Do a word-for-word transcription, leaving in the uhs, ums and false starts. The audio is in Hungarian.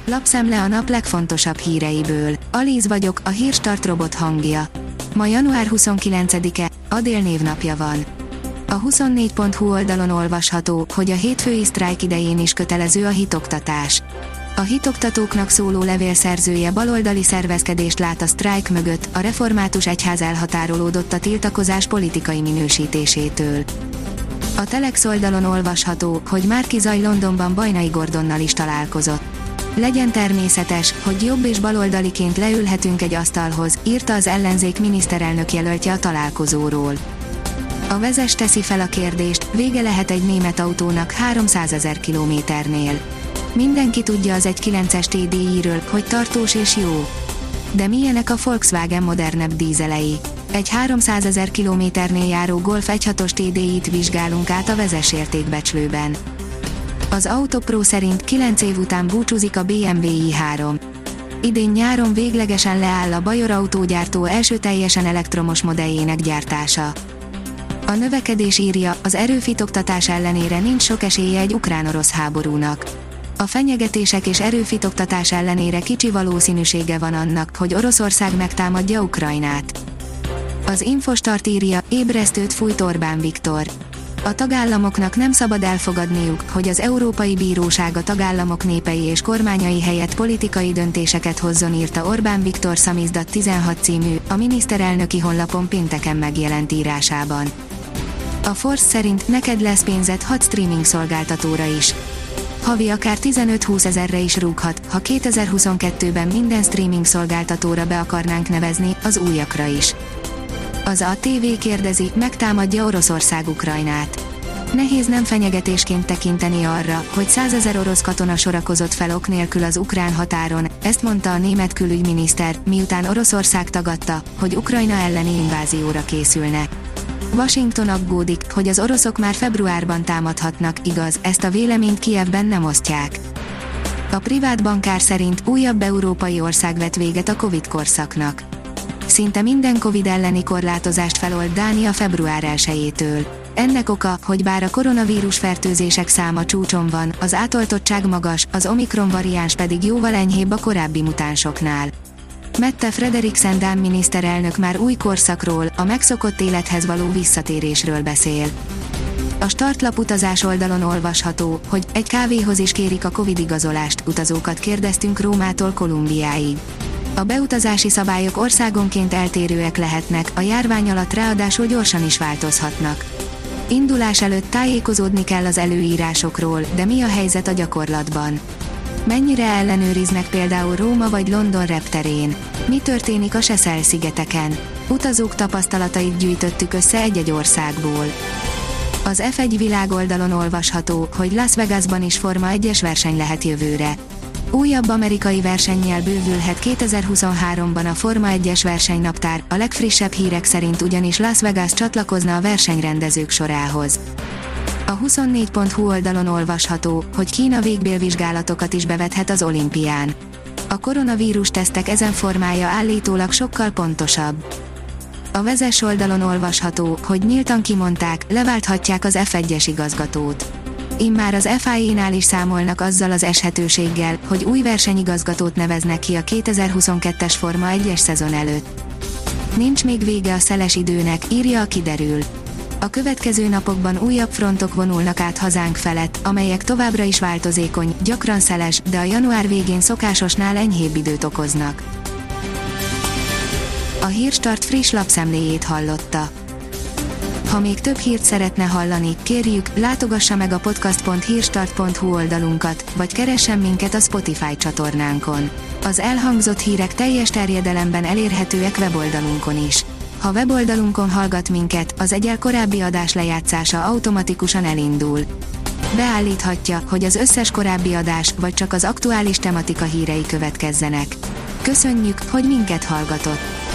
Lapszemle a nap legfontosabb híreiből. Alíz vagyok, a Hírstart robot hangja. Ma január huszonkilencedike, Adél névnapja van. A huszonnégy pont hu oldalon olvasható, hogy a hétfői sztrájk idején is kötelező a hitoktatás. A hitoktatóknak szóló levél szerzője baloldali szervezkedést lát a sztrájk mögött, a református egyház elhatárolódott a tiltakozás politikai minősítésétől. A Telex oldalon olvasható, hogy Márki Zaj Londonban Bajnai Gordonnal is találkozott. Legyen természetes, hogy jobb és baloldaliként leülhetünk egy asztalhoz, írta az ellenzék miniszterelnök jelöltje a találkozóról. A Vezes teszi fel a kérdést, vége lehet egy német autónak háromszázezer kilométernél. Mindenki tudja az egy kilences té dé i-ről, hogy tartós és jó. De milyenek a Volkswagen modernebb dízelei? Egy háromszázezer kilométernél járó Golf egy hatos té dé i-t vizsgálunk át a Vezes értékbecslőben. Az Autopro szerint kilenc év után búcsúzik a bé em vé i három. Idén nyáron véglegesen leáll a bajor autógyártó első teljesen elektromos modelljének gyártása. A Növekedés írja, az erőfitoktatás ellenére nincs sok esélye egy ukrán-orosz háborúnak. A fenyegetések és erőfitoktatás ellenére kicsi valószínűsége van annak, hogy Oroszország megtámadja Ukrajnát. Az Infostart írja, ébresztőt fújt Orbán Viktor. A tagállamoknak nem szabad elfogadniuk, hogy az Európai Bíróság a tagállamok népei és kormányai helyett politikai döntéseket hozzon, írta Orbán Viktor Szamizdat tizenhat című, a miniszterelnöki honlapon pénteken megjelent írásában. A Force szerint neked lesz pénzed hat streaming szolgáltatóra is. Havi akár tizenöt-húsz ezerre is rúghat, ha kétezer-huszonkettőben minden streaming szolgáltatóra be akarnánk nevezni, az újakra is. Az á té vé kérdezi, megtámadja Oroszország Ukrajnát. Nehéz nem fenyegetésként tekinteni arra, hogy százezer orosz katona sorakozott fel ok nélkül az ukrán határon, ezt mondta a német külügyminiszter, miután Oroszország tagadta, hogy Ukrajna elleni invázióra készülne. Washington aggódik, hogy az oroszok már februárban támadhatnak, igaz, ezt a véleményt Kijevben nem osztják. A privát bankár szerint újabb európai ország vett véget a Covid korszaknak. Szinte minden Covid elleni korlátozást felold Dánia február elsejétől. Ennek oka, hogy bár a koronavírus fertőzések száma csúcson van, az átoltottság magas, az Omikron variáns pedig jóval enyhébb a korábbi mutánsoknál. Mette Frederiksen dán miniszterelnök már új korszakról, a megszokott élethez való visszatérésről beszél. A startlap utazás oldalon olvasható, hogy egy kávéhoz is kérik a Covid igazolást, utazókat kérdeztünk Rómától Kolumbiáig. A beutazási szabályok országonként eltérőek lehetnek, a járvány alatt ráadásul gyorsan is változhatnak. Indulás előtt tájékozódni kell az előírásokról, de mi a helyzet a gyakorlatban? Mennyire ellenőriznek például Róma vagy London repterén? Mi történik a Seychelle-szigeteken? Utazók tapasztalatait gyűjtöttük össze egy-egy országból. Az ef egy világoldalon olvasható, hogy Las Vegasban is Forma egyes verseny lehet jövőre. Újabb amerikai versennyel bővülhet kétezer-huszonháromban a Forma egyes versenynaptár, a legfrissebb hírek szerint ugyanis Las Vegas csatlakozna a versenyrendezők sorához. A huszonnégy pont hu oldalon olvasható, hogy Kína végbélvizsgálatokat is bevethet az olimpián. A koronavírus tesztek ezen formája állítólag sokkal pontosabb. A Vezes oldalon olvasható, hogy nyíltan kimondták, leválthatják az ef egyes igazgatót. Immár az ef i á-nál is számolnak azzal az eshetőséggel, hogy új versenyigazgatót neveznek ki a kétezer-huszonkettes Forma egyes szezon előtt. Nincs még vége a szeles időnek, írja a Kiderül. A következő napokban újabb frontok vonulnak át hazánk felett, amelyek továbbra is változékony, gyakran szeles, de a január végén szokásosnál enyhébb időt okoznak. A Hírstart friss lapszemléjét hallotta. Ha még több hírt szeretne hallani, kérjük, látogassa meg a podcast pont hírstart pont hu oldalunkat, vagy keressen minket a Spotify csatornánkon. Az elhangzott hírek teljes terjedelemben elérhetőek weboldalunkon is. Ha weboldalunkon hallgat minket, az egyel korábbi adás lejátszása automatikusan elindul. Beállíthatja, hogy az összes korábbi adás, vagy csak az aktuális tematika hírei következzenek. Köszönjük, hogy minket hallgatott!